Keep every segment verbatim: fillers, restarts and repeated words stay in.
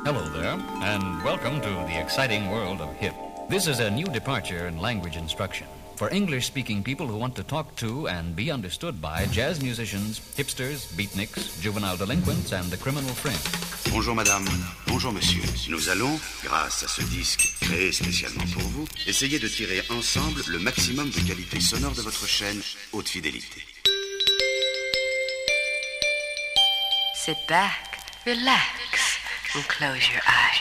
Hello there, and welcome to the exciting world of hip. This is a new departure in language instruction for English-speaking people who want to talk to and be understood by jazz musicians, hipsters, beatniks, juvenile delinquents, and the criminal fringe. Bonjour madame, bonjour monsieur. Nous allons, grâce à ce disque créé spécialement pour vous, essayer de tirer ensemble le maximum de qualité sonore de votre chaîne haute fidélité. Sit back, relax, and close your eyes.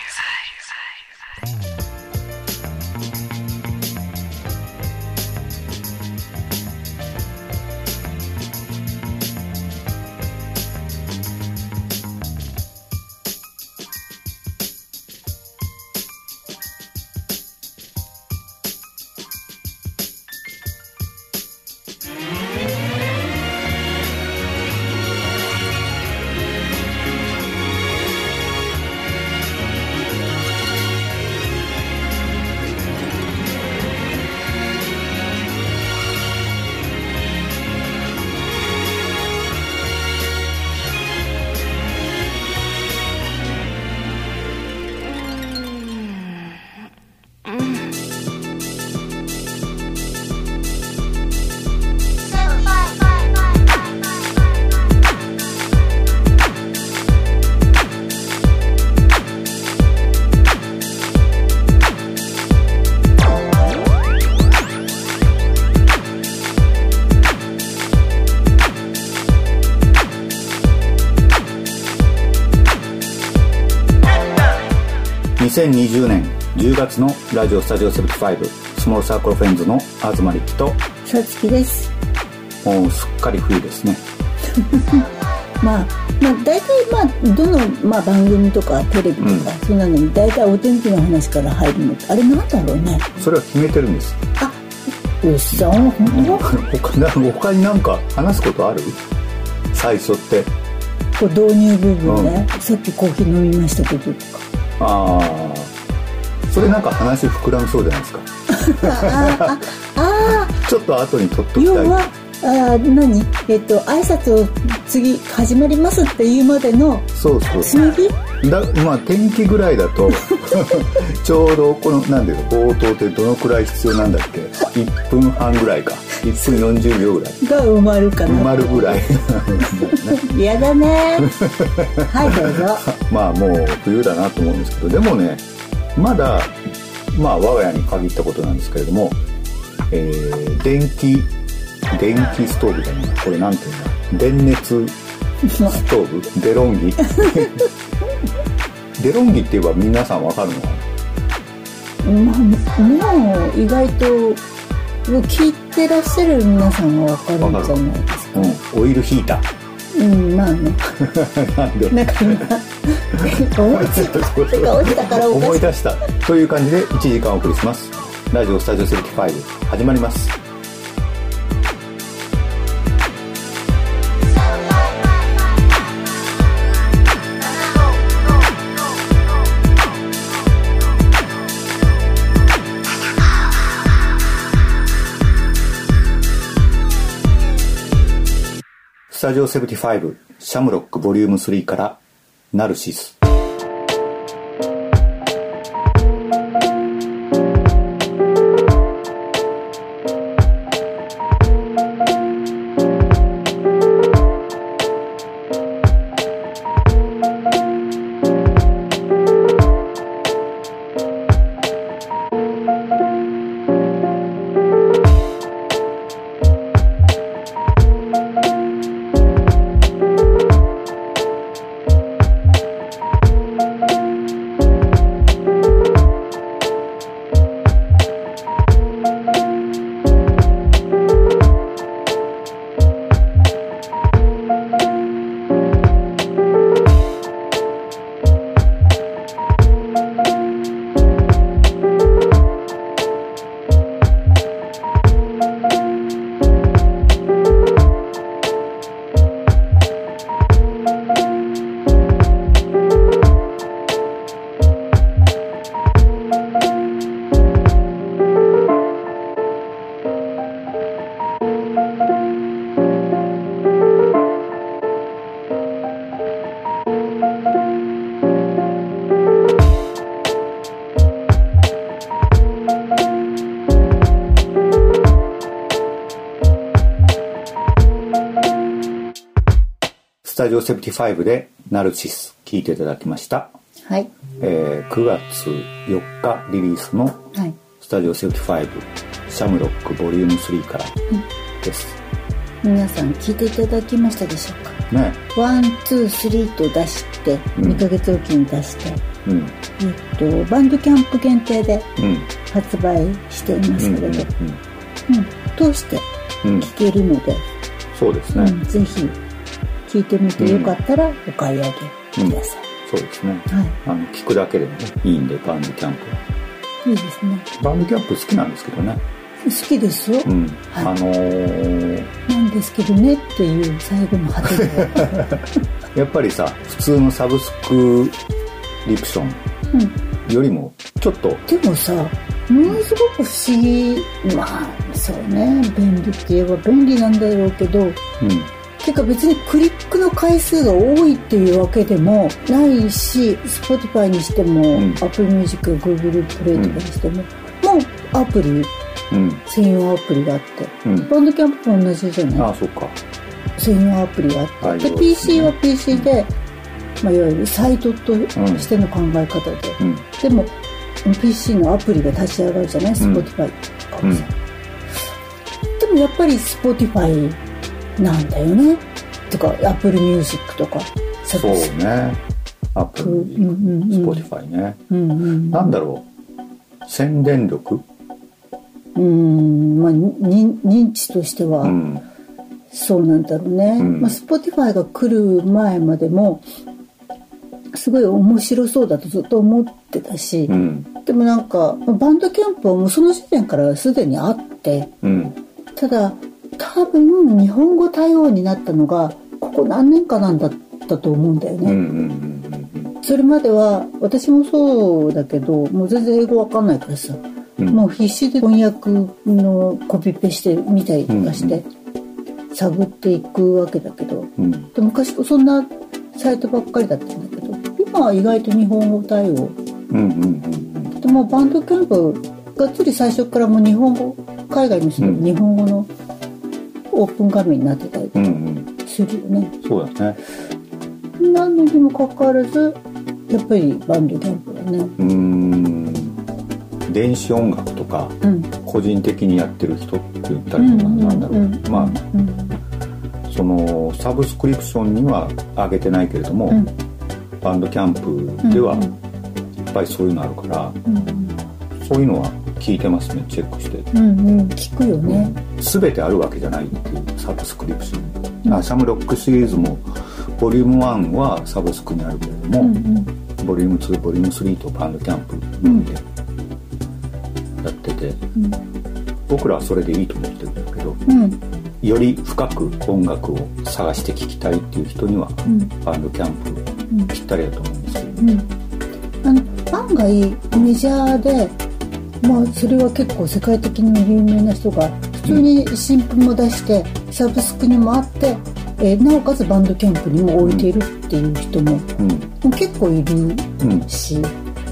にせんにじゅうねんじゅうがつのラジオスタジオななじゅうごスモールサークルフレンズの東力とさつきです。 もうすっかり冬ですねまあ、まあ、大体まあどの、まあ、番組とかテレビとか、うん、そんなのに大体お天気の話から入るのってあれなんだろうね。 それは決めてるんです。 あ、よっしゃ、本当他, 他に何か話すことある？最初ってこう導入部分ね、うん、さっきコーヒー飲みましたけどとか、 ああ、それなんか話膨らむそうじゃないですかあああちょっと後に取っときたい。 要はあ何えっと挨拶を次始まりますっていうまでのそうそうつなぎだ、まあ天気ぐらいだとちょうどこのなんで冒頭ってどのくらい必要なんだっけいっぷんはんぐらいかいっぷんよんじゅうびょうぐらいが埋まるかな、 埋まるぐらい嫌だねはいどうぞまあもう冬だなと思うんですけど、でもねまだまあ我が家に限ったことなんですけれども、えー、電気電気ストーブじゃないこれなんていうんだ電熱ストーブデロンギデロンギって言えば皆さんわかるのかな。まあもう意外と聞いてらっしゃる皆さんはわかるんじゃないですか、 うん、オイルヒーターうんまあねなんでなんか今思いついた落ちたからおかしい思い出したという感じでいちじかんお送りします。ラジオスタジオななじゅうご始まります。スタジオななじゅうごシャムロックボリュームスリーからナルシス。 タジオセブンティファイブでナルシス聴いていただきました。 はい、 えー、くがつよっかリリースのスタジオセブンティファイブ、シャムロックボリュームスリーからです、 うん、皆さん聴いていただきましたでしょうかね。 ワン、ツー、スリーと出してにかげつおきに出して、うん、えっとバンドキャンプ限定で発売していますけれど、うん、通して聴けるので、うん、 そうですね、うん、 ぜひ聴いてみてよかったらお買い上げください、 うん、そうですね、はい、あの聴くだけでも、ね、いいんでバンドキャンプはいいですね。 バンドキャンプ好きなんですけどね。 好きですよ、うん、はい、あのー、なんですけどねっていう最後の果てでやっぱりさ、普通のサブスクリプションよりもちょっと、うん、 でもさ、ものすごく不思議、まあそうね、便利って言えば便利なんだろうけど、うん、てか別にクリックの回数が多いっていうわけでもないし、 Spotify にしても、うん、Apple Music、Google Play とかにしても、うん、もうアプリ、うん、専用アプリがあって、うん、バンドキャンプも同じじゃない。 ああ、そうか。 専用アプリがあって、で ピーシー は ピーシー で、まあ、いわゆるサイトとしての考え方で、うん、でも ピーシー のアプリが立ち上がるじゃない、 Spotify とかもさ、うん、でもやっぱり Spotify なんだよねとか Apple Music とか、 そうね、Apple、うんうんうん、Spotify ね、うんうん、なんだろう、宣伝力、 うーん、まあ、認知としては、うん、そうなんだろうね、うん、まあ、Spotify が来る前までもすごい面白そうだとずっと思ってたし、うん、でもなんかバンドキャンプはもうその時点からすでにあって、うん、ただ多分日本語対応になったのがここ何年かなんだったと思うんだよね、うんうんうんうん、それまでは私もそうだけどもう全然英語わかんないからさ、うん、もう必死で翻訳のコピペしてみたりとかして、うんうん、探っていくわけだけど、うん、で昔そんなサイトばっかりだったんだけど、今は意外と日本語対応、うんうんうん、でもバンドキャンプがっつり最初からもう日本語、海外の人も日本語のオープン画面になってたりするよね、 うんうん、そうだね。 なのにもかかわらずやっぱりバンドキャンプだね。うーん、電子音楽とか、うん、個人的にやってる人って言ったりとかなんだろう、うんうん、まあ、うん、そのサブスクリプションには上げてないけれども、うん、バンドキャンプではいっぱいそういうのあるから、うんうん、そういうのは聞いてますね、チェックして、 うんうん、聞くよね。 全てあるわけじゃないっていうサブスクリプション、うん、あ、シャムロックシリーズもボリュームワンはサブスクにあるけれども、うんうん、ボリュームツー、ボリュームスリーとバンドキャンプでやってて、うん、僕らはそれでいいと思ってるんだけど、うん、より深く音楽を探して聴きたいっていう人には、うん、バンドキャンプぴったりだと思うんですけど、うん、 あの案外メジャーで、まあ、それは結構世界的に有名な人が普通に新譜も出してサブスクにもあって、えー、なおかつバンドキャンプにも置いているっていう人も、うん、結構いるし、うん、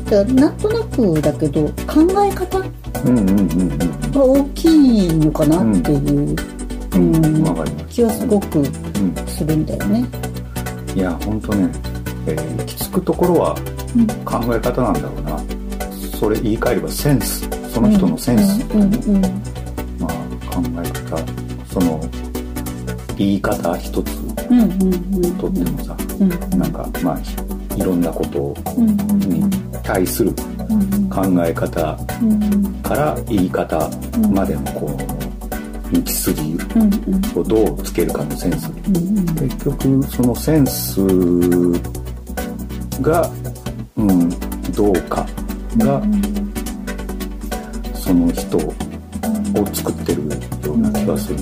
だからなんとなくだけど考え方が大きいのかなっていう、うんうんうん、気はすごくするんだよね、 うん、いや本当ね、えー、行き着くところは考え方なんだろうな、うん、それ言い換えればセンス、その人のセンス、うんうんうんうん、まあ考え方、その言い方一つとってもさ、うんうん、なんかまあいろんなことに対する考え方から言い方までのこう道筋をどうつけるかのセンス、結局そのセンスが、うん、どうかがその人を作ってるような気がする。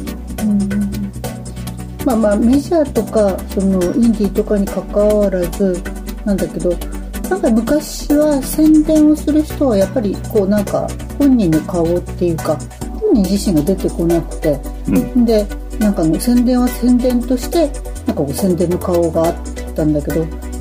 まあまあメジャーとかそのインディーとかに関わらずなんだけど、なんか昔は宣伝をする人はやっぱりこうなんか本人の顔っていうか本人自身が出てこなくて、うん、でなんかの宣伝は宣伝としてなんかこう宣伝の顔があったんだけど、うん、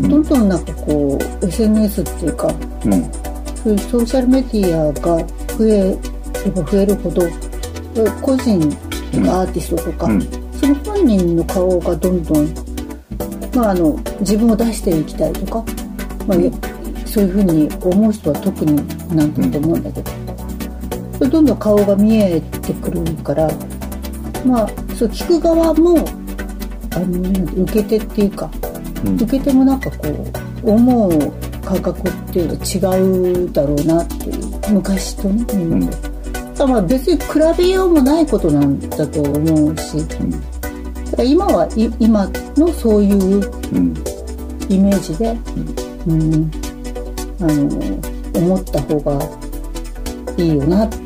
どんどんなんかこう エスエヌエス っていうか、うん、そういうソーシャルメディアが増えれば増えるほど個人とかアーティストとか、うん、その本人の顔がどんどんまあ、あの自分を出していきたいとか、まあ、そういうふうに思う人は特になんだと思うんだけど、それどんどん顔が見えてくるから、まあ、そう聞く側もあの受け手っていうか、うん、受け手もなんかこう思う感覚っていうのは違うだろうなっていう、昔とね、うん、だまあ別に比べようもないことなんだと思うし、うん、だから今は今のそういうイメージで、うんうん、あの思った方がいいよなって。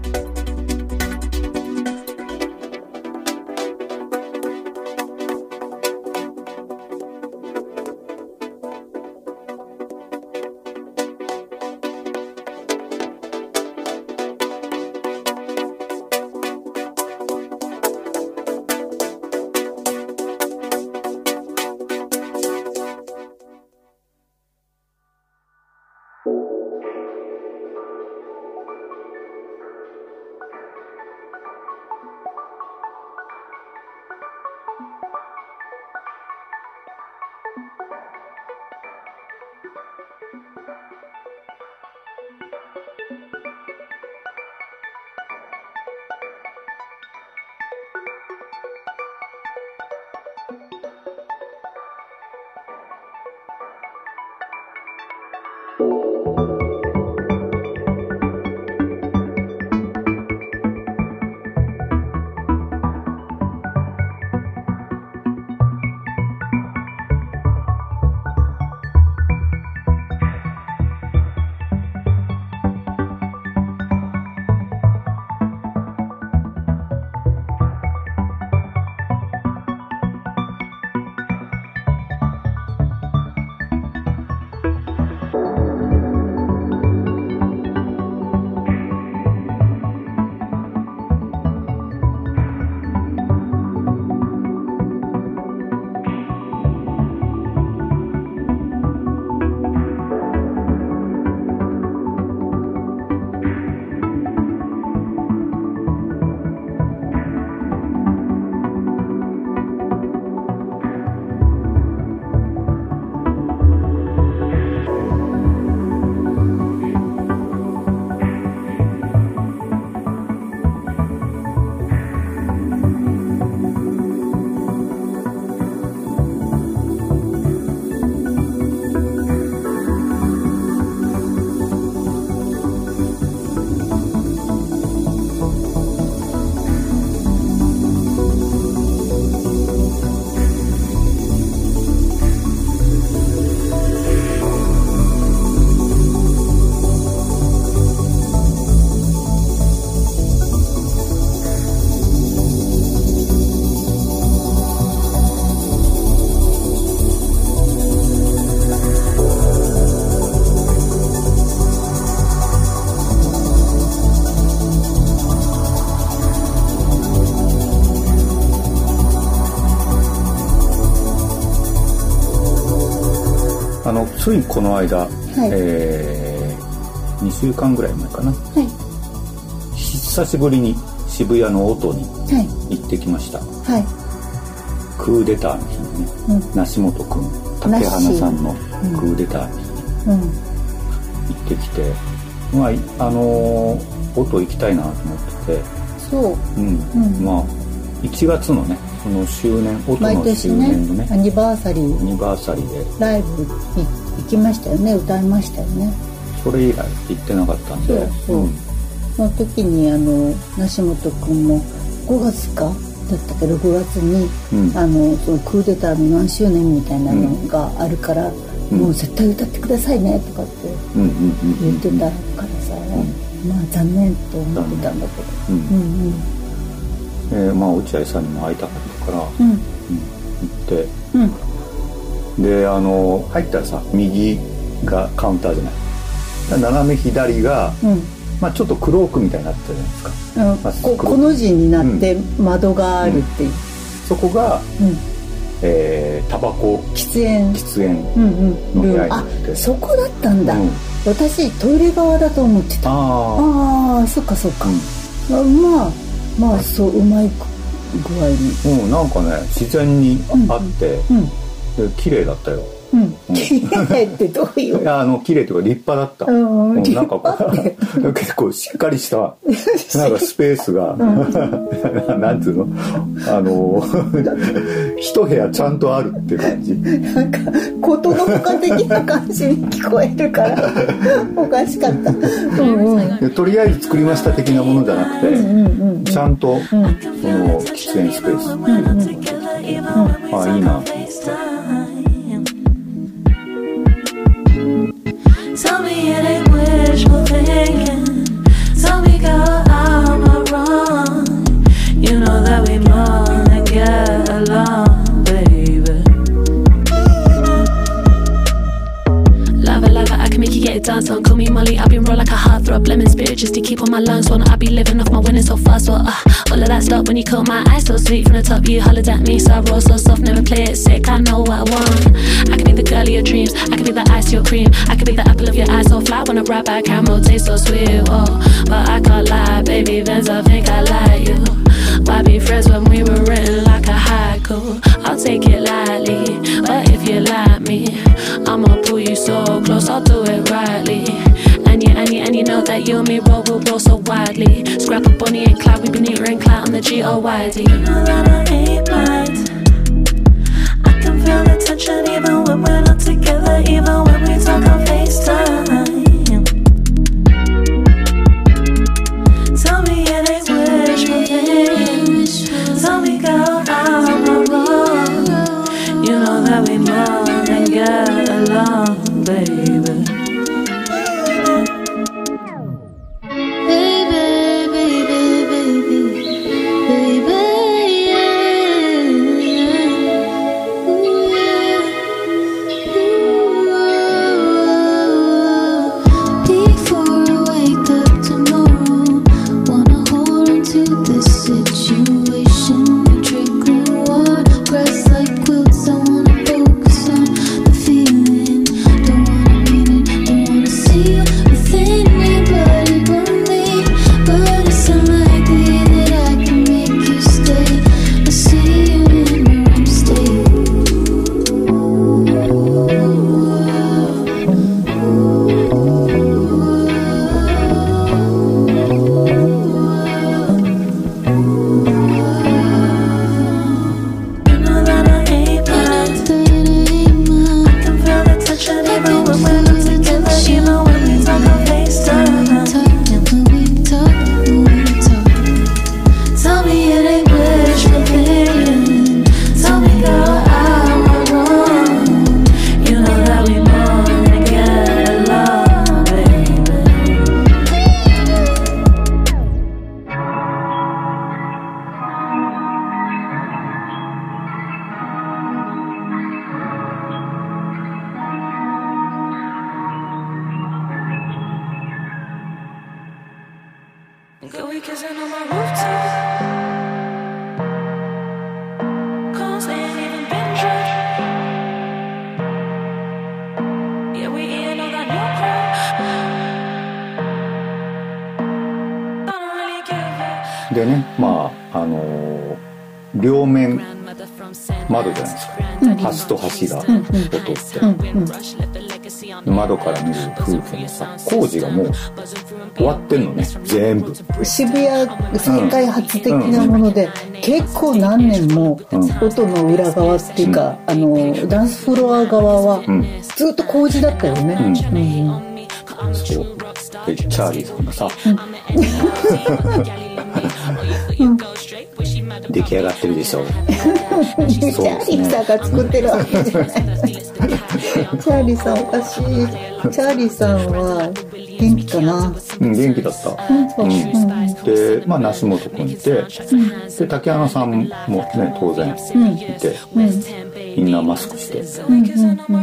あのついこの間、はい、えー、にしゅうかんぐらい前かな、はい、久しぶりに渋谷の音に行ってきました、はい、クーデターの日にね、うん、梨本くん竹花さんのクーデターの日に、うん、行ってきて、まああのー、音行きたいなと思ってて、そう、うん、うん、まあいちがつのねその周年音の周年のねアニバーサリーアニバーサリーでライブ行きましたよね、歌いましたよね。 それ以来行ってなかったんで、そうそう、うん、 その時にあの梨本くんもごがつかだったけどごがつに、うん、あのそのクーデターの何周年みたいなのがあるから、うん、もう絶対歌ってくださいねとかって言ってたからさ、うん、まあ残念と思ってたんだけど、うんうんうん、 えー、まあ落合さんにも会いたかったから、うんうん、行って、うん、であの入ったらさ右がカウンターじゃない、斜め左が、うん、まあ、ちょっとクロークみたいになってたじゃないですか、 うん、まあ、こ, この字になって窓があるっていう、うん、 そこが、うん、えー、タバコ喫煙喫煙の部屋になって、 うんうん、あそこだったんだ、うん、私トイレ側だと思ってた。ああそっかそっか、うん、まあまあそううまい具合に、 うん、なんかね自然にあって、うんうん、 で綺麗だったよ。 うん、綺麗ってどういう？ いや、あの綺麗というか立派だった。うん、なんか結構しっかりしたなんかスペースが、うん、なんつうの、あの一部屋ちゃんとあるって感じ。 なんかことのほか的な感じに聞こえるからおかしかった。うんうん、 でとりあえず作りました的なものじゃなくて、うんうんうん、ちゃんと、うん、その喫煙スペースっていうのが、うんうん、あ、いいな。 Tell me it ain't wishful thinking. Tell me, girl, am I wrong? You know that we more than get along, baby. Lava, lava, I can make you get it dance on. Call me Molly, I'll be raw like a heartthrob. Lemon spirit just to keep on my lungs. Wanna I be living off my winnings so fast. Well, uh, all of that stuff when you caught my eyes so sweet from the top. You hollered at me, so I roll so soft, never play it sick. I know what I want. I can be the girl of your dreams. I can be the ice to your cream. I can be the apple of your eye so fly when I ride by caramel taste so sweet. Oh, but I can't lie, baby. Then I think I like you. Why be friends when we were written like a haiku? I'll take it lightly, but if you like me, I'ma pull you so close. I'll do it rightly. And you, and you, and you know that you and me roll, will roll so widely. Scrap up Bonnie and Clyde, we've been eating clout on the G O Y D. You know that I ain't blind. I can feel the tension even when we're not together, even when we talk on FaceTime. Tell me it ain't wishful thinking. Tell me, girl, I'm not wrong. You know that we more than get along, baby. Good week is in on my rooftop. Calls ain't even been tried. Yeah, we in on that new crowd. I don't really give it. でね、まああのー、両面窓じゃないですか、うん、端と端が音って、うんうん、窓から見る風景のさ、工事がもう終わってんのね、全部。 渋谷世界初的なもので、うん、結構何年も音の裏側っていうか、うん、あのダンスフロア側はずっと工事だったよね、うんうん、そうでチャーリーさんがさ、うん、出来上がってるでしょチャーリーさんが作ってるわけじゃないチャーリーさんおかしい。チャーリーさんは元気かな。 うん、元気だった、うんうん、で、まあ、梨本君いて、うん、で竹穴さんもね当然いて、うん、みんなマスクして、うんうんうん、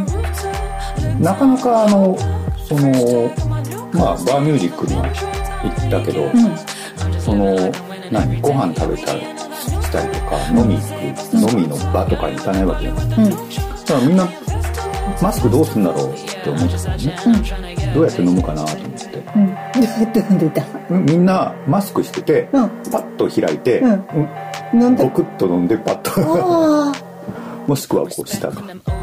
なかなかあのそのまあバーミュージックには行ったけど、うん、その何ご飯食べたりしたりとか飲み行く、うん、飲みの場とかに行かないわけじゃない、うん、だからみんなマスクどうするんだろうって思ってたのね、うん、どうやって飲むかなと思って、うん、どうやって飲んでた、 みんなマスクしてて、うん、パッと開いて、うんうん、飲んでゴクッと飲んでパッともしくはこう下か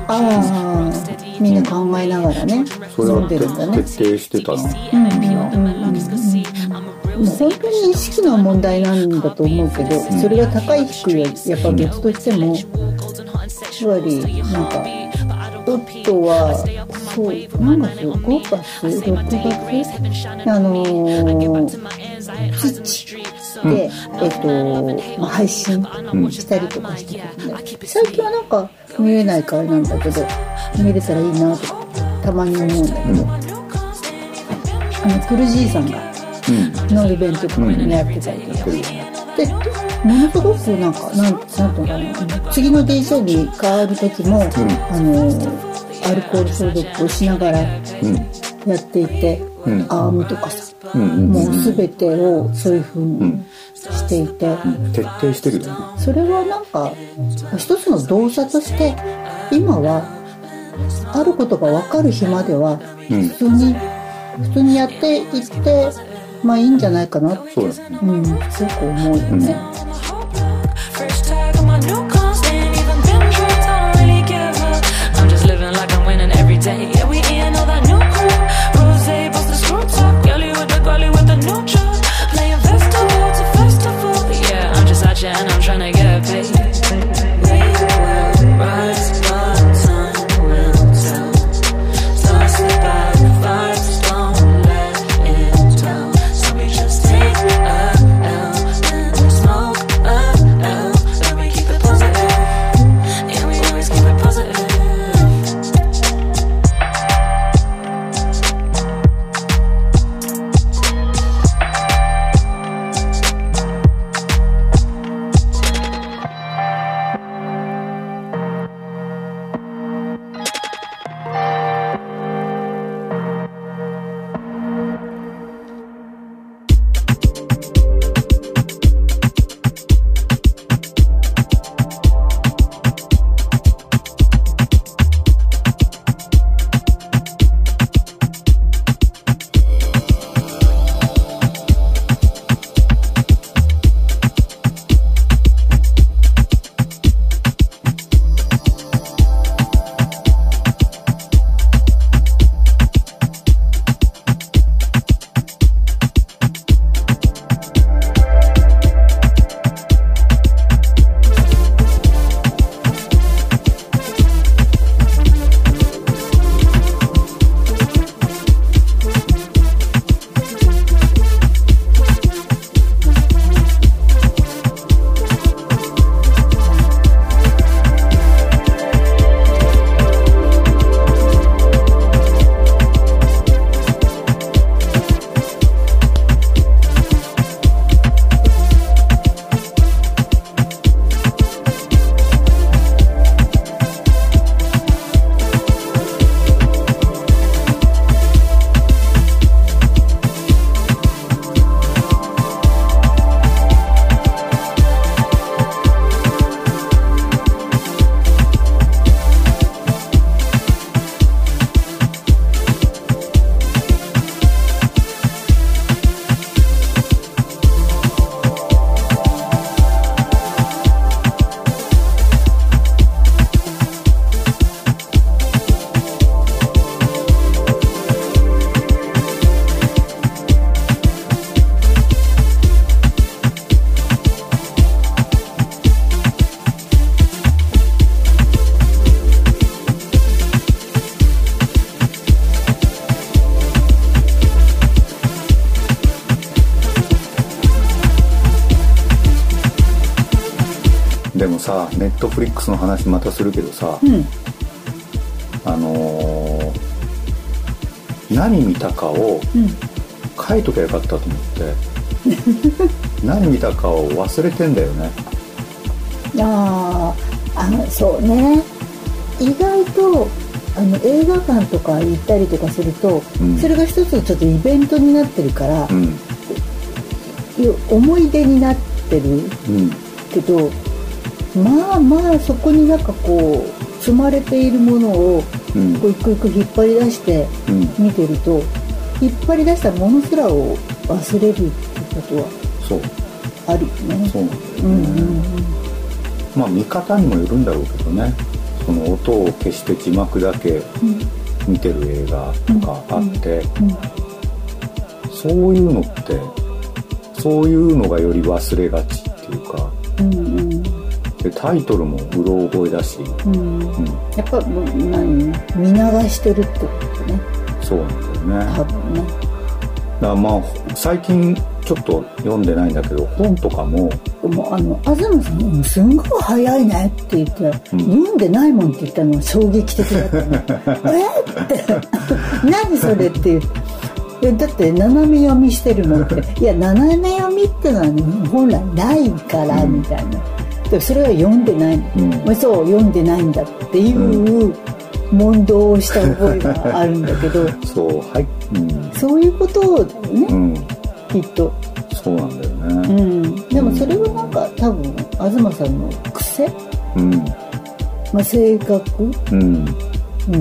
ああ、みんな考えながらねそれは飲んでるんだね。 徹底してたな。 うんうんうんうんうん。もう本当に意識の問題なんだと思うけど、それが高い低いはやっぱ別としても、やっぱりなんか夫はそう何月ごがつろくがつあのー、土で、うん、えっと、まあ、配信したりとかしてるんで、うん、最近はなんか見れないからなんだけど見れたらいいなとかたまに思うんだけど、うん、あのクルジーさんがのイベントとかもやってたりとか、うん、でものすごくなんかなんなんていうのかな、次の ディージェー に変わる時も、うん、あのアルコール消毒をしながらやっていて、うん、アームとかさ、うん、もう全てをそういう風にしていて、うん、 徹底してるよね。 それはなんか一つの動作として今はあることが分かる日までは普通に、うん、普通にやっていってまあいいんじゃないかな。 そうですね。 うん、すごく思うよね。うん And I'm trying to get paid. We will rise, the sun will tell. Stars slip out, vibes don't let it tell. So we just take a L and smoke a L. Then we keep it positive. Yeah, we always keep it positive. でもさ、ネットフリックスの話またするけどさ、 うん、 あのー、何見たかを書いときゃよかったと思って、うん、何見たかを忘れてんだよね。 ああ、そうね。意外とあの映画館とか行ったりとかすると、うん、それが一つちょっとイベントになってるから、うん、思い出になってる、うん、けど、まあまあそこになんかこう積まれているものを、うん、こう一個一個引っ張り出して見てると、うん、引っ張り出したものすらを忘れるってことはそうあるよね。 そうなんだよね。うんうんうん、まあ見方にもよるんだろうけどね。そその音を消して字幕だけ見てる映画とかあって、そういうのってそういうのがより忘れがちっていうか、うんうん、でタイトルもうろ覚えだし、うんうん、 やっぱもう何見流してるってことね。 そうなんだよね。 多分ね。 だからまあ最近ちょっと読んでないんだけど本とかももうあの東さんすんごい早いねって言って、うん、読んでないもんって言ったのは衝撃的だったねえって何それって言ってだって斜め読みしてるのっていや斜め読みってのは、ね、本来ないからみたいな、うん、でそれは読んでない、うん、そう読んでないんだっていう、うん問答をした覚えがあるんだけどそう、はいうん、そういうことだよね、うん、きっとそうなんだよね、 うん、でもそれはなんか多分東さんの癖、うんまあ、性格、うんうん、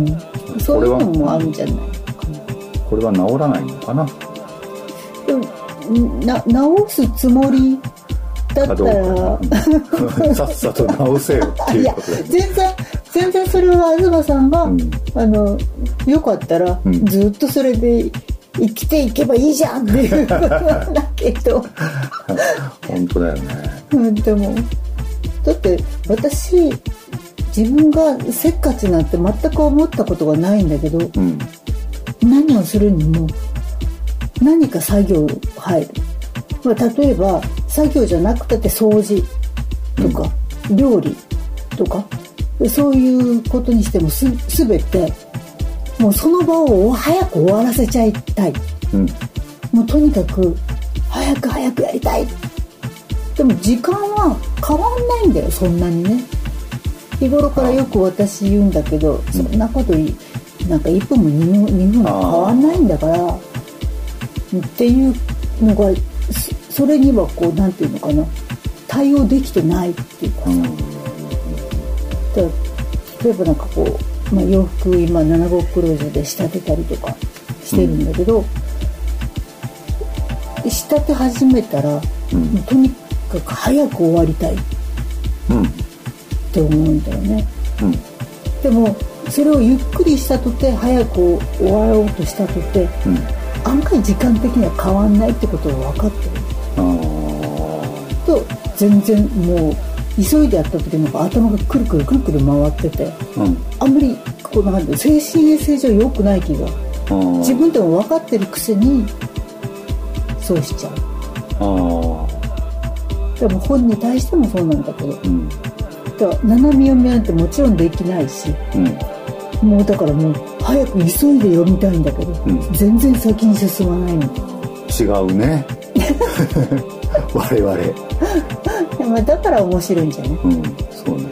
そういうのもあるんじゃないかな。 これは治らないのかな。 でもな治すつもりだったら、 うん、さっさと治せよっていうことだよね。いや全然全然それは東さんが、うん、あのよかったら、うん、ずっとそれで生きていけばいいじゃんっていうことなんだけど本当だよね、 うん、でもだって私自分がせっかちなんて全く思ったことがないんだけど、うん、何をするにも何か作業入る、まあ、例えば作業じゃなくて掃除とか、うん、料理とかそういうことにしてもす全てもうその場を早く終わらせちゃいたい、うん、もうとにかく早く早くやりたい。でも時間は変わんないんだよそんなにね。日頃からよく私言うんだけど、そんなことなんかいっぷんもにふんも変わんないんだからっていうのがそれにはこうなんていうのかな対応できてないっていうかさ、うん例えばなんかこう、まあ、洋服今ななごクローゼで仕立てたりとかしてるんだけど、うん、仕立て始めたら、うん、もうとにかく早く終わりたい、うん、って思うんだよね、うん、でもそれをゆっくりしたとて早く終わろうとしたとて、うん、案外時間的には変わんないってことが分かってると全然もう急いでやった時の頭がくるくるくるくる回ってて、うん、あんまりこうなんか精神衛生上良くない気が自分でも分かってるくせにそうしちゃう。あでも本に対してもそうなんだけど、うん、だから斜め読みなんてもちろんできないし、うん、もうだからもう早く急いで読みたいんだけど、うん、全然先に進まないの。 違うね我々 まあだから面白いんじゃない？うん、 そうね。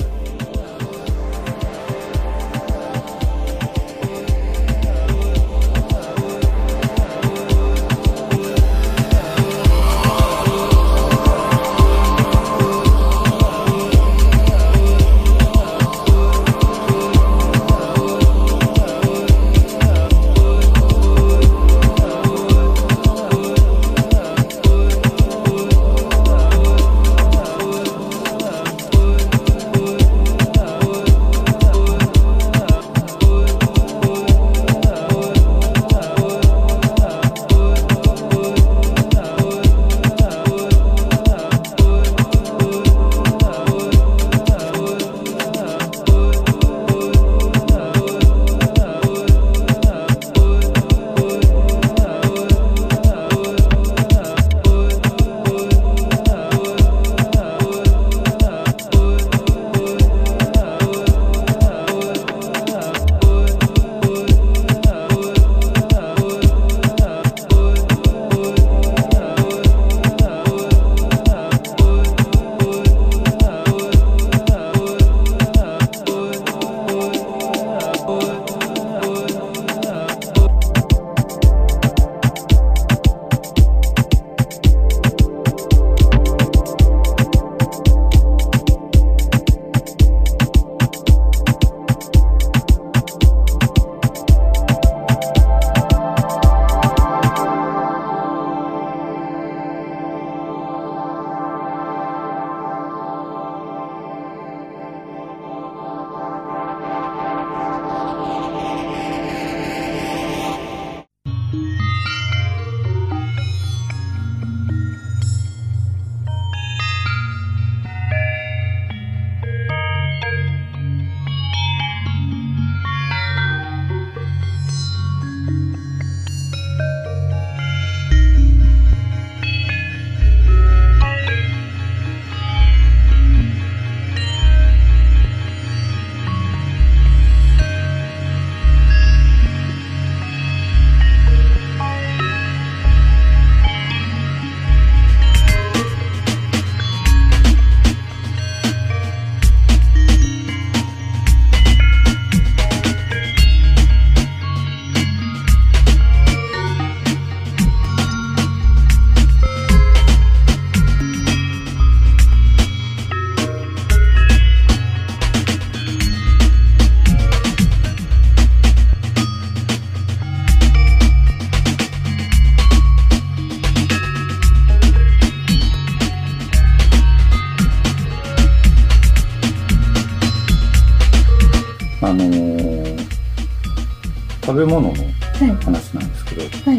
食べ物の話なんですけど、 はい、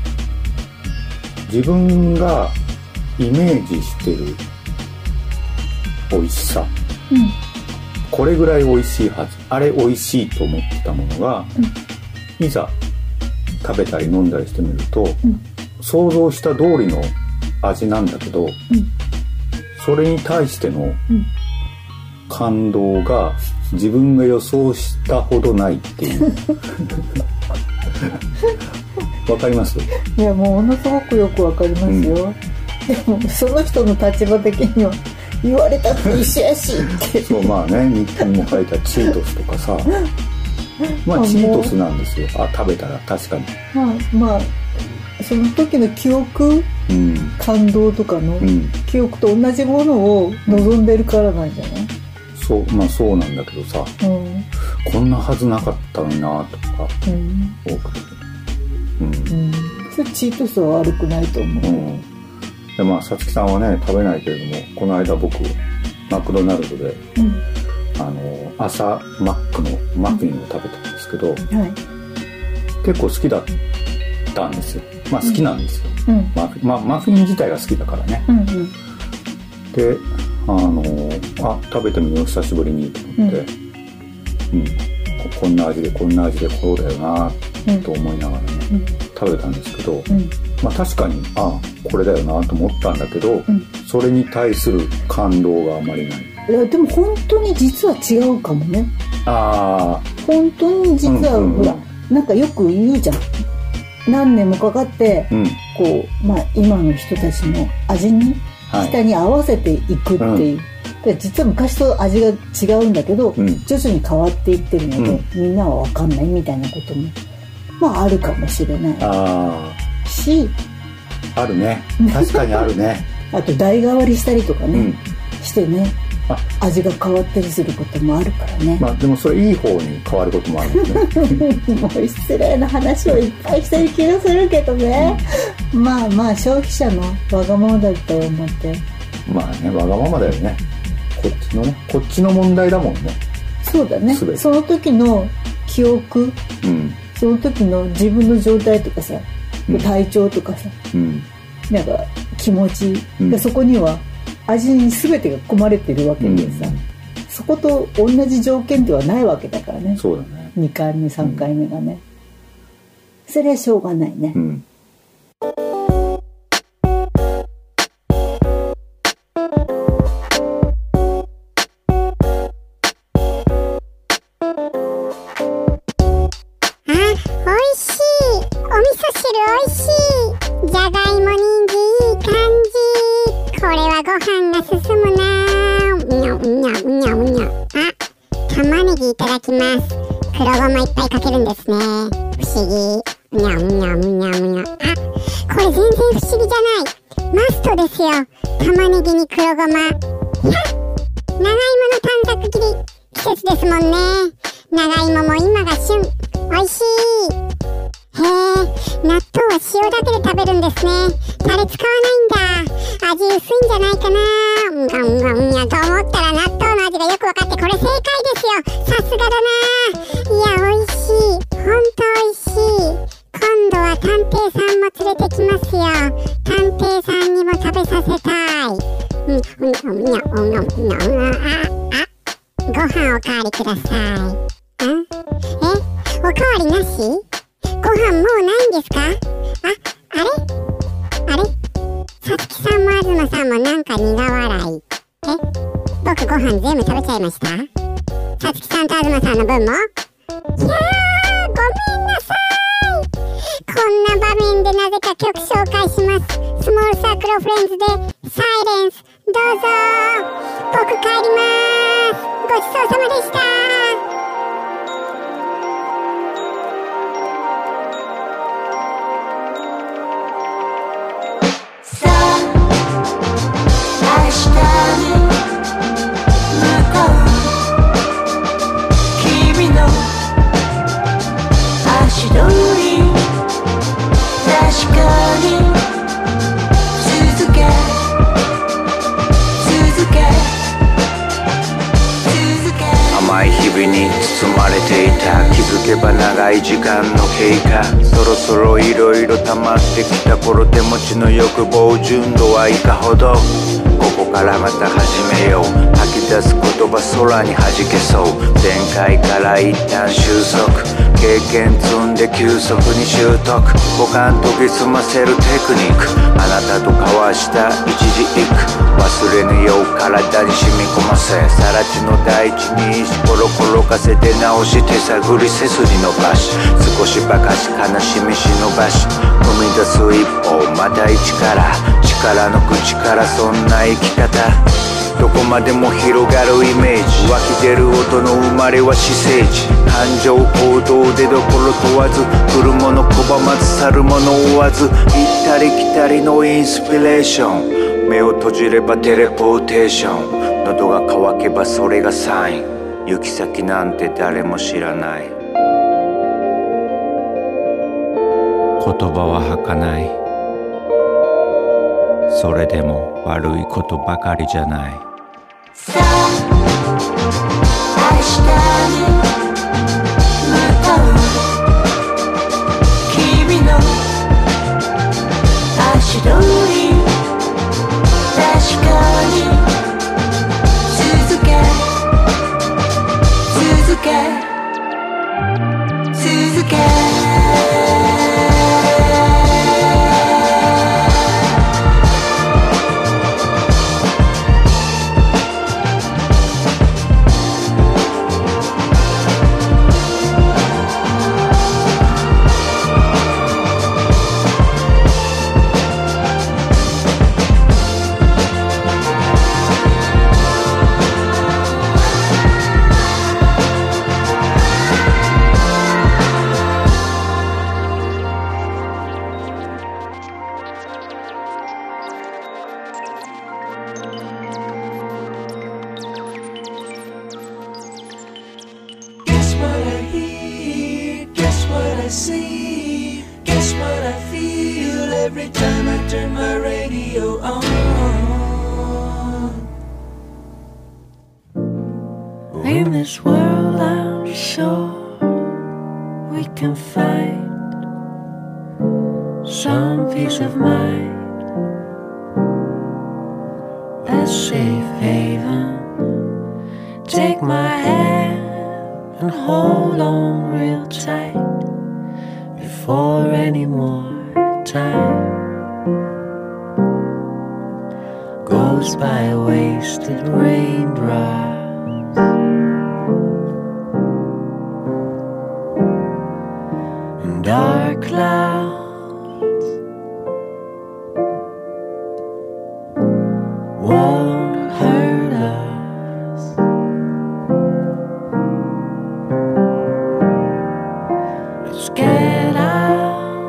自分がイメージしてる美味しさ、 うん、 これぐらい美味しいはず、あれ美味しいと思ってたものが、うん、いざ食べたり飲んだりしてみると、うん、想像した通りの味なんだけど、うん、それに対しての感動が自分が予想したほどないっていうわかります？ いや、もうものすごくよくわかりますよ、うん、でもその人の立場的には言われたって一緒やしってそう、まあね、日記にも書いたチートスとかさまあチートスなんですよ。あ、食べたら確かに、 まあまあその時の記憶、うん、感動とかの記憶と同じものを望んでるからなんじゃない？ そう、まあそうなんだけどさ、うん、こんなはずなかったのになとか、うん、多くて、うんうん、 それチートスは悪くないと思う、うん、 でまあさつきさんはね食べないけれども、この間僕マクドナルドで、うん、あの朝マックのマフィンを食べたんですけど、うんはい、結構好きだったんですよ。まあ好きなんですよ、うん、マフィン、まあ、マフィン自体が好きだからね、うんうん、であのあ食べてみよう久しぶりにと思って、うんうん、こ, こんな味でこんな味でこうだよなと思いながらね、うん、食べたんですけど、うん、まあ確かにあこれだよなと思ったんだけど、うん、それに対する感動があまりない。 いやでも本当に実は違うかもね。ああ本当に実は、うんうんうん、ほらなんかよく言うじゃん、何年もかかって、うん、こうまあ今の人たちの味に舌に合わせていくっていう、うん、実は昔と味が違うんだけど、うん、徐々に変わっていってるので、うん、みんなは分かんないみたいなこともまああるかもしれないあし、 あるね、確かにあるねあと代替わりしたりとかね、うん、してね味が変わったりすることもあるからね。 まあでもそれいい方に変わることもあるんですねもう失礼な話をいっぱいしてる気がするけどね、うん、まあまあ消費者のわがままだと思って、 まあねわがままだよね、こっちのねこっちの問題だもんね。 そうだね、その時の記憶、うん、その時の自分の状態とかさ、うん、体調とかさ、うん、なんか気持ち、うん、でそこには味に全てが込まれてるわけでさ、うん、そこと同じ条件ではないわけだからね。 そうだね、 にかいめさんかいめがね、うん、それはしょうがないね、うん、 黒ごまいっぱいかけるんですね。不思議。にゃんにゃんにゃんにゃん。あ、これ全然不思議じゃない。マストですよ。玉ねぎに黒ごま。長芋の短冊切り。季節ですもんね。長芋も今が旬。おいしい。へえ、納豆は塩だけで食べるんですね。タレ使わないんだ。味薄いんじゃないかな。うんがんがんやと思ったら納豆の味がよくわかって、これ正解ですよ。さすがだな。いや、おいしい。ほんとおいしい。今度は探偵さんも連れてきますよ。探偵さんにも食べさせたい。うん、うん、うん、うん、うん、うん、あ、あ、ご飯おかわりください。ん？え？おかわりなし？ご飯もうないんですか？あ、あれ？あれ？さつきさんもあずまさんもなんか苦笑い。え？僕ご飯全部食べちゃいました？さつきさんとあずまさんの分も？いやー、ごめんなさい。こんな場面でなぜか曲紹介します。スモールサークルオフレンズでサイレンス、どうぞ。僕帰りまーす。ごちそうさまでした。 甘い日々に包まれていたさ気づけば長い時間の経過そろそろいろいろ溜まってきた頃手持ちの欲望純度はいかほどここからまた始めよう吐き出す言葉空に弾けそう前回から一旦収束経験積んで急速に習得五感研ぎ澄ませるテクニックあなたと交わした一時一句忘れぬよう体に染み込ませ更地の大地に石ころ転がせて直し手探り背筋伸ばし少しばかし悲しみ忍ばし踏み出す一歩また一から力の口からそんな生き方どこまでも広がるイメージ湧き出る音の生まれは私生児感情行動でどころ問わず来るもの拒まず去るもの追わず行ったり来たりのインスピレーション目を閉じればテレポーテーション喉が渇けばそれがサイン行き先なんて誰も知らない言葉は儚いそれでも悪いことばかりじゃないさあ明日に向かう君の足取り確かに続け続け続け In this world I'm sure we can find some peace of mind, a safe haven. Take my hand and hold on real tight before any more time goes by wasted raindrops. Dark clouds won't hurt us. Let's get out.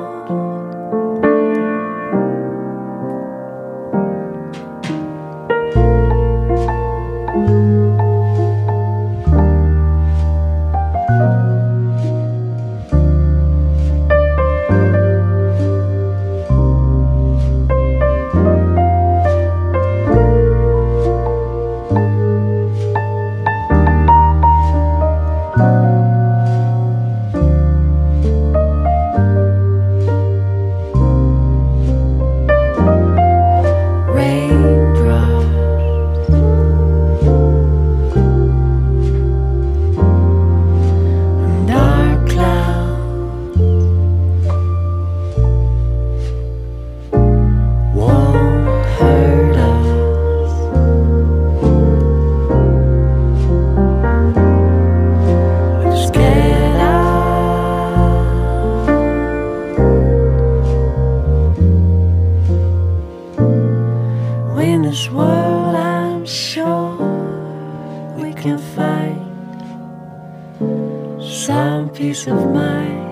Peace of mind,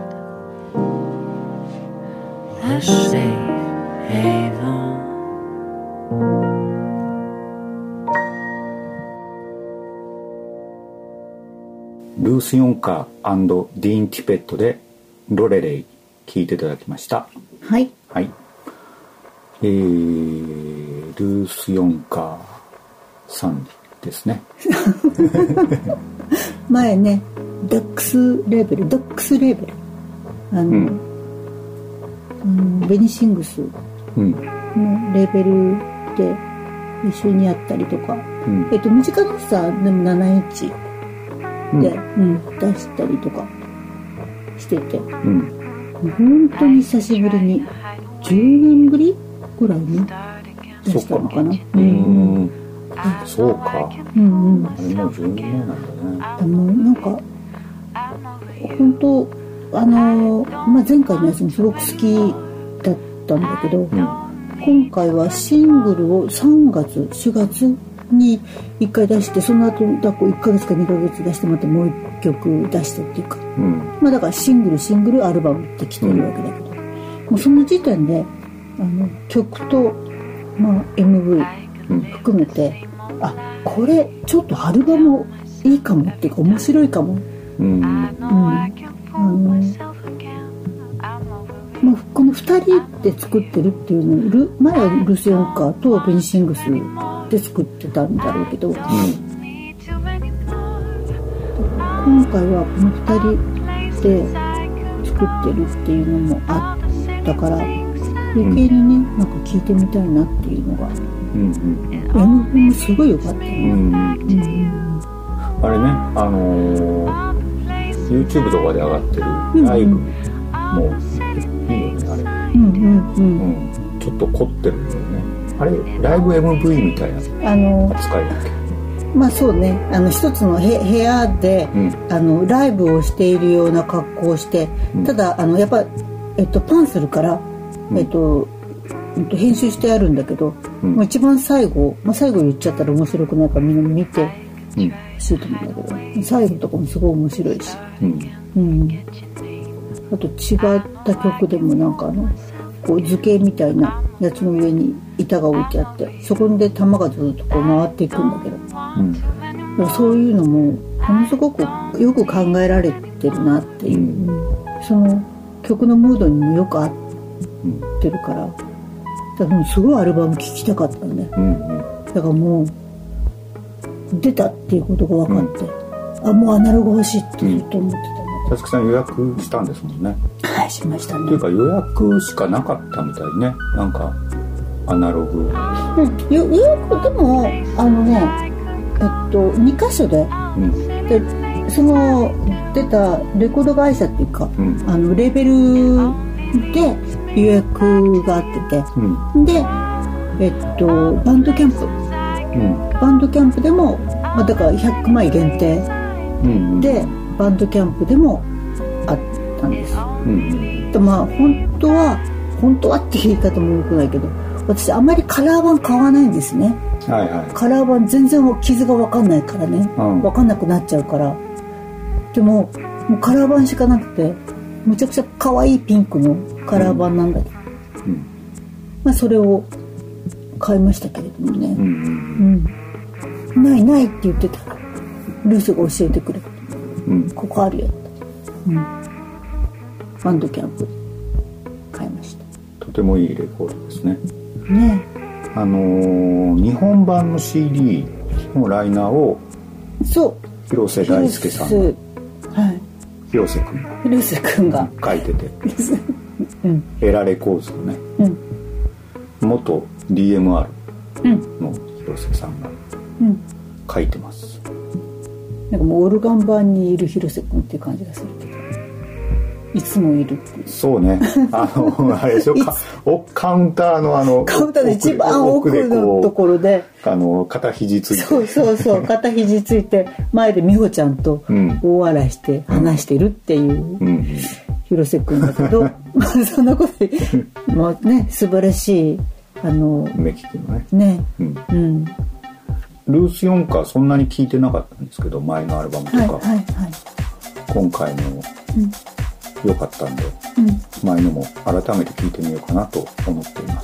a safe haven. ルース・ヨンカー&ディーン・ティペットでロレレイ聴いていただきました。 はい、 はい。えー、ルース・ヨンカーさんですね。 前ねダックスレーベルダックスレーベルあの、うんうん、ベニシングスのレーベルで一緒にやったりとか、うん、えっと短くさでもななインチで、うんうん、出したりとかしてて、うん、本当に久しぶりにじゅうねんぶりぐらいに出したのかな。 うん、そうか。うんうん。あれもうじゅうねんまえなんだね。 でもなんか本当あのまあ前回のやつもすごく好きだったんだけど、うん、今回はシングルをさんがつしがつにいっかい出して、その後だこういっかげつかにかげつ出してまたもういっきょく出してっていうか、うん、まあだからシングルシングルアルバムってきてるわけだけど、うん、もうその時点であの曲と、まあ、エムブイ含めて、うん、あこれちょっとアルバムいいかもっていうか面白いかも、うんうん、あのまあ、このふたりで作ってるっていうのをル前はルース・ヨンカーとベニシングスで作ってたんだろうけど、うん、今回はこのふたりで作ってるっていうのもあったから余計にねなんか聞いてみたいなっていうのが、うんうん、エムブイもすごい良かったね、うんうんうん、 あれねあのー、YouTube とかで上がってるライブも、うんうんいいよねあれ、うんうんうんうん、ちょっと凝ってるんだよねあれライブ エムブイ みたいな扱いだっけ。 まあそうねあの一つの部屋で、うん、あのライブをしているような格好をして、うん、ただあのやっぱ、えっと、パンするから、うんえっと、編集してあるんだけど、うん、もう一番最後、まあ、最後言っちゃったら面白くないからみんな見てほしいと思うんだけど、最後とかもすごい面白いし、うんうんあと違った曲でもなんかあのこう図形みたいなやつの上に板が置いてあってそこで玉がずっとこう回っていくんだけど、うん、でもそういうのもものすごくよく考えられてるなっていう、うん、その曲のムードにもよく合ってるからだからすごいアルバム聴きたかったんで、うんうん、だからもう出たっていうことが分かって、うん、あもうアナログ欲しいってずっと思ってた。 さつきさん予約したんですもんね。 はいしましたね。 というか予約しかなかったみたいね。なんかアナログ。うん予約でもあのねえっとにかしょで、うん、でその出たレコード会社っていうか、うん、あのレーベルで予約があってて、うん、でえっとバンドキャンプ、うん、バンドキャンプでも、まあ、だからひゃくまい限定、うんうん、で。バンドキャンプでもあったんです、うん、でまあ本当は本当はって言い方もよくないけど私あんまりカラー版買わないんですね、はいはい、カラー版全然傷が分かんないからね、うん、分かんなくなっちゃうからでも、もうカラー版しかなくてめちゃくちゃ可愛いピンクのカラー版なんだけど、うんうんまあ、それを買いましたけれどもね、うんうん、ないないって言ってたらルースが教えてくれてうん、ここあるよ、うん、バンドキャンプ買いました。 とてもいいレコードですね。 ねあのー、日本版の シーディー のライナーをそう広瀬大輔さんが、はい、広瀬くんが広瀬くんが書いてて、うん、エラレコーズのね、うん、元 ディーエムアール の広瀬さんが書いてます、うんなんかもうオルガン版にいる広瀬君っていう感じがするけどいつもいるっていうそうねあのあれでしょカウンターのあのカウンターの一番奥のところであの肩肘ついてそうそうそう肩肘ついて前で美穂ちゃんと大笑いして話してるっていう広瀬君だけど、うんうん、そんなこともうね素晴らしいあの目利きのねね、うんうんルース・ヨンカーそんなに聴いてなかったんですけど前のアルバムとか、はいはいはい、今回も良かったんで、うん、前のも改めて聴いてみようかなと思っています。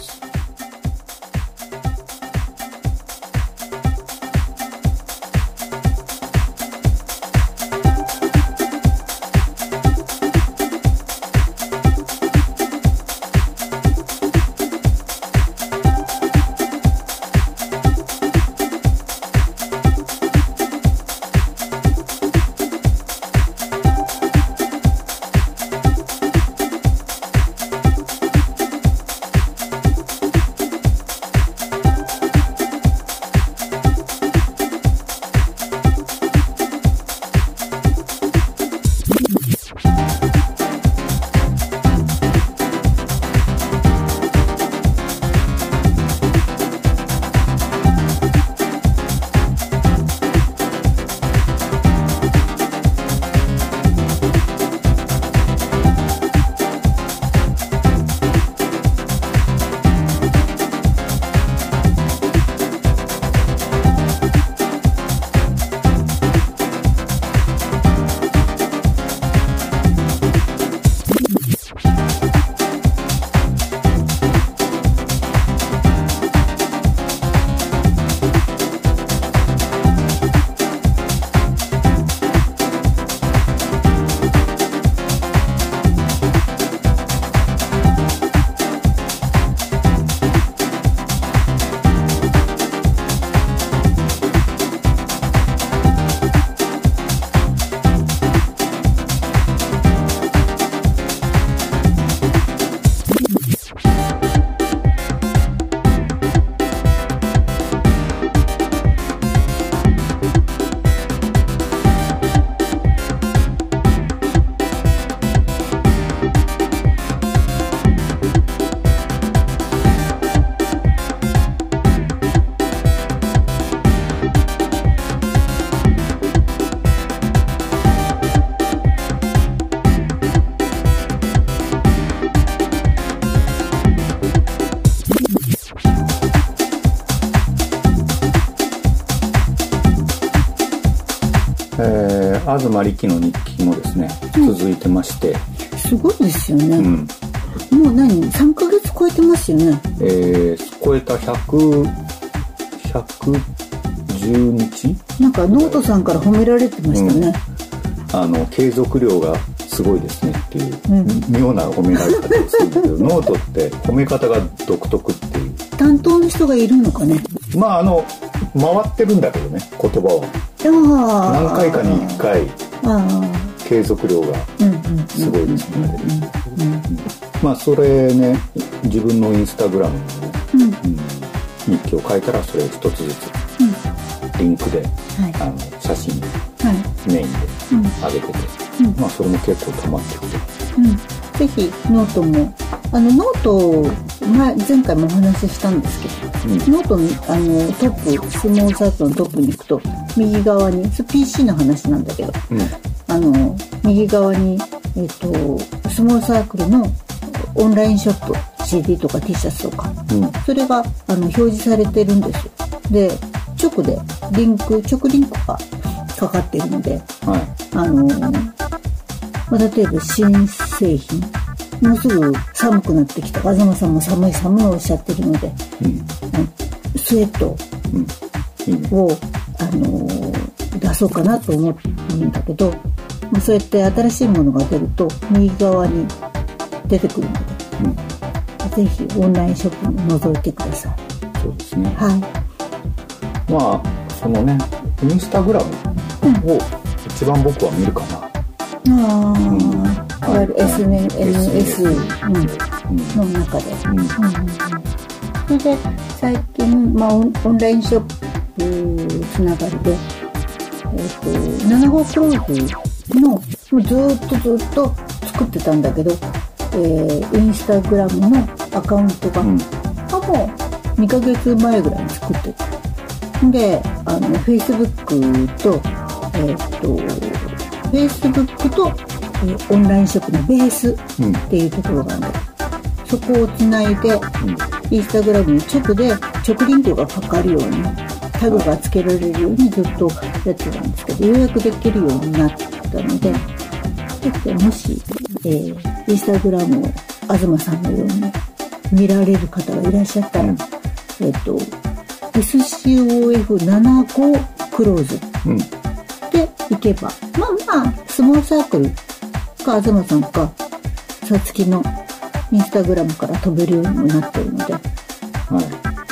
東力の日記もですね、うん、続いてまして、 すごいですよね、うん、もう何さんかげつ超えてますよね。 えー、超えたひゃく、ひゃくじゅうにちなんかノートさんから褒められてましたね、 うん、あの継続量がすごいですねっていう、うん、妙な褒められ方をするんだけどノートって褒め方が独特っていう。 担当の人がいるのかね。 まああの回ってるんだけどね、言葉は何回かにいっかい継続量がすごいですね。まあそれね、自分のインスタグラムの、ねうんうん、日記を書いたらそれ一つずつリンクで、はい、あの写真、はい、メインで上げてて、うん、まあそれも結構溜まってきて、 うん、ぜひノートもあのノート前、前回もお話ししたんですけど、うん、ノートにあのトップスモールサークルのトップに行くと右側に ピーシー の話なんだけど、うん、あの右側に、えー、とスモールサークルのオンラインショップ シーディー とか T シャツとか、うん、それがあの表示されてるんですよ。で直でリンク直リンクがかかってるので、はい、あのまあ、例えば新製品もうすぐ寒くなってきた、東さんも寒い寒いおっしゃってるので、うん、スウェットを、うん、あのー、出そうかなと思うんだけど、まあ、そうやって新しいものが出ると右側に出てくるので、うん、ぜひオンラインショップも覗いてください。 そうですね。 はい。 まあそのねインスタグラムを一番僕は見るかな。 うん、ああ、うん、いわゆる エスエヌエス の中で、うんうんうん、それで最近、まあ、オンラインショップつながりで、えー、となな号プロフのもうずっとずっと作ってたんだけど、えー、インスタグラムのアカウントが、うん、もうにかげつまえぐらいに作ってた。で、あの Facebook とえっ、ー、とFacebook と、えー、オンラインショップのベースっていうところがあるんだけど、そこをつないで、うん、インスタグラムに直で直リンクがかかるようにタグがつけられるようにずっとやってたんですけど、ようやくできるようになったので、でもし、えー、インスタグラムを東さんのように見られる方がいらっしゃったら、うん、えっ、ー、と エスシーオーエフなな号クローズ、うんで行けば、まあまあスモールサークルか東さんかさつきのインスタグラムから飛べるようにもなってるので、はい、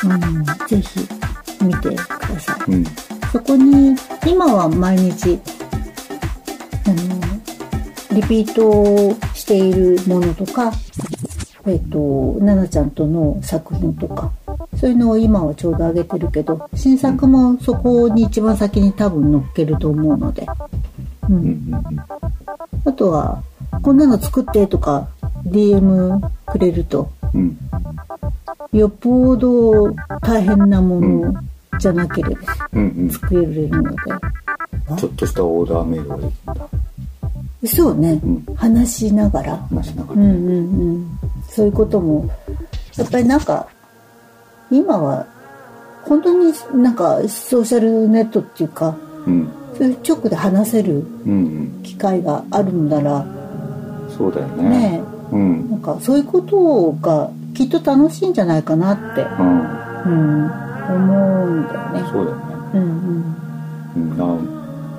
うん、ぜひ見てください、うん、そこに今は毎日あのリピートしているものとか、えっと奈々ちゃんとの作品とかそういうのを今はちょうど上げてるけど、新作もそこに一番先に多分載っけると思うので、うん、あとはこんなの作ってとか ディーエム くれると、うん、よっぽど大変なものじゃなければ作れるので、 うんうん、ちょっとしたオーダーメイドができた。 そうね、うん、話しながら話しながら、 うんうんうん、そういうこともやっぱりなんか今は本当になんかソーシャルネットっていうか、うん、そういう直で話せる機会があるんなら、 うんうん、そうだよね。 ねえ、うん、なんかそういうことがきっと楽しいんじゃないかなって、うんうん、思うんだよね。 そうだよね。うんうんうん、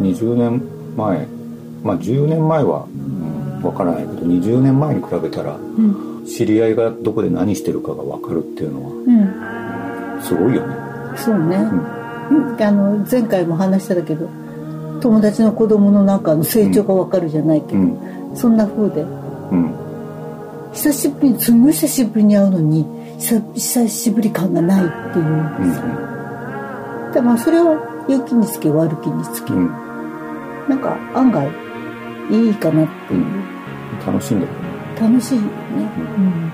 にじゅうねんまえ、まあじゅうねんまえは、うん、分からないけどにじゅうねんまえに比べたら、うん、知り合いがどこで何してるかが分かるっていうのは、うん、すごいよね。 そうね、うん、あの前回も話したけど友達の子供のなんかの成長が分かるじゃないけど、うん、そんな風で、うん、久しぶりにすごい久しぶりに会うのに久しぶり感がないっていう、うん、でまあそれを良きにつけ悪きにつけ、うん、なんか案外いいかなっていう、うん、 楽しいんだよね。 楽しいよね、うんうん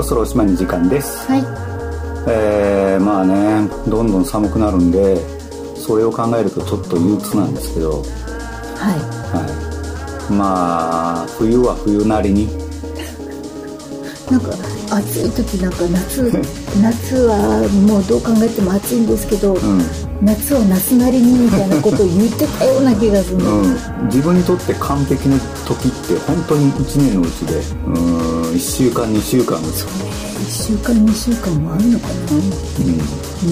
ろそろおしまいの時間です。 はい。 えー、まあね、どんどん寒くなるんで、それを考えるとちょっと憂鬱なんですけど、はい、はい、まあ冬は冬なりになんか暑い時なんか夏夏はもうどう考えても暑いんですけど、うん、夏は夏なりにみたいなことを言ってたような気がする、うん、 自分にとって完璧な時って本当にいちねんのうちでうーんいっしゅうかんにしゅうかんですよね。 いっしゅうかんにしゅうかんもあるのかな、 うん、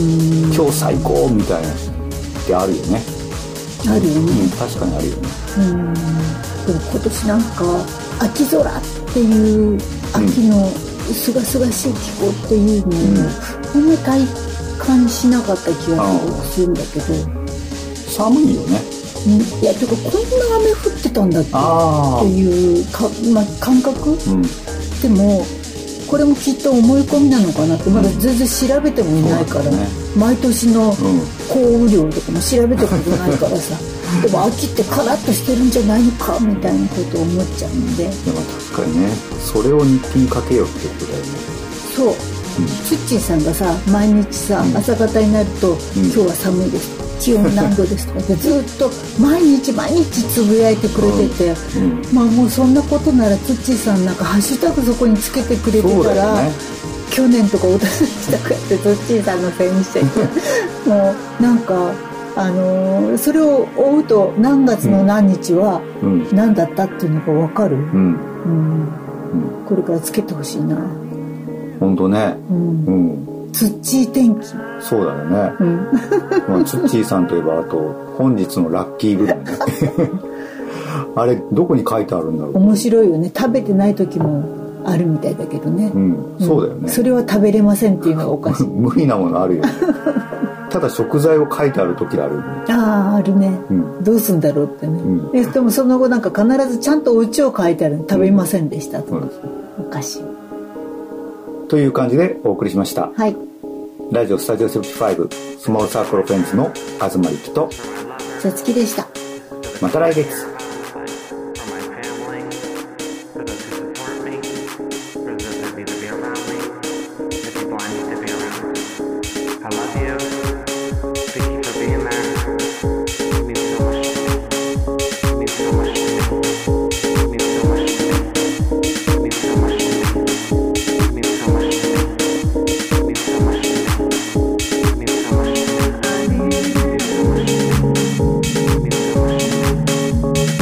うん今日最高みたいなってあるよね。 あるよね、 うん、確かにあるよね。 うんでも今年なんか秋空っていう秋のすがすがしい気候っていうのを、うん、こんな体感しなかった気がするんだけど、 寒いよね。 いやてかこんな雨降ってたんだっけっていうか、ま、感覚、うん、でもこれもきっと思い込みなのかなってまだ全然調べてもいないから、うんね、毎年の降雨量とかも調べたことないからさでも秋ってカラッとしてるんじゃないのかみたいなことを思っちゃうんで。でも確かにねそれを日記にかけようってことだよね。 そう、うん、ツッチーさんがさ毎日さ、うん、朝方になると、うん、今日は寒いです気温何度ですとかってずっと毎日毎日つぶやいてくれてて、うんうん、まあもうそんなことならツッチーさんなんかハッシュタグそこにつけてくれてたら、ね、去年とかおととしとかってツッチーさんのせいにしちゃってもうなんかあのー、それを追うと何月の何日は何だったっていうのが分かる、うんうんうん、これからつけてほしいな。 本当ね、うんうん、ツッチー天気。 そうだよね、うんまあ、ツッチーさんといえばあと本日のラッキーグルメあれどこに書いてあるんだろう。 面白いよね。食べてない時もあるみたいだけどね、 うんうん、そうだよね。 それは食べれませんっていうのがおかしい無理なものあるよねただ食材を書いてある時ある、ね、 あああるね、うん、どうすんだろうってね、うん、で, でもその後なんか必ずちゃんとお家を書いてある。食べませんでしたとか、うん、おかしいという感じでお送りしました。 はい。 ラジオスタジオセブンティファイブスモールサークルフレンズの東力とさつきでした。 また来月。 Thank you.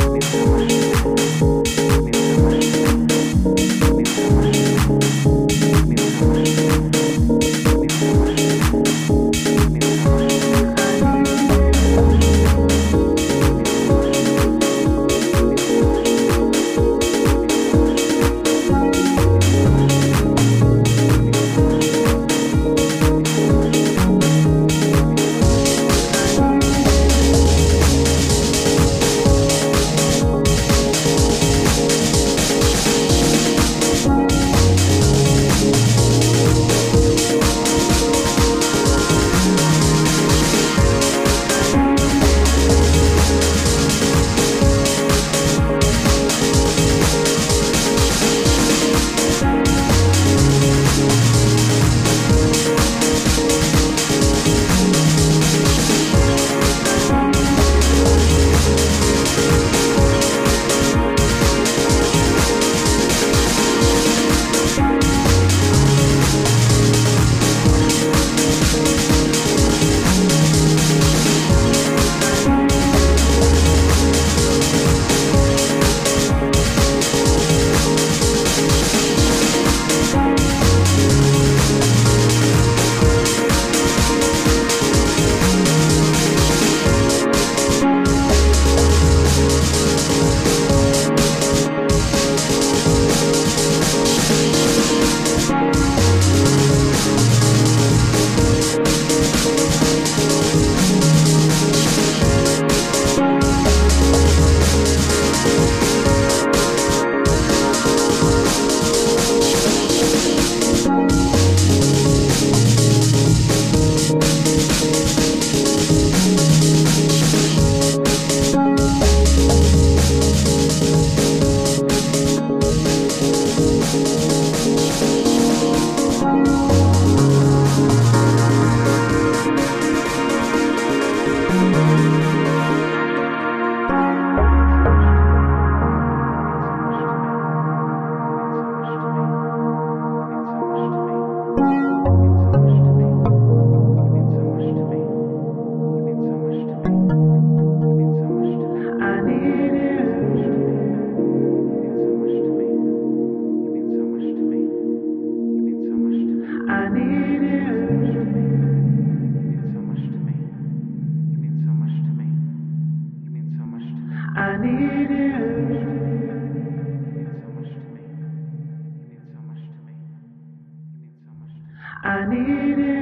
I need you. You mean so much to me. You mean so much to me. You mean so much to me. I need you. You mean so much to me. You mean so much to me. You mean so much to me. I need you.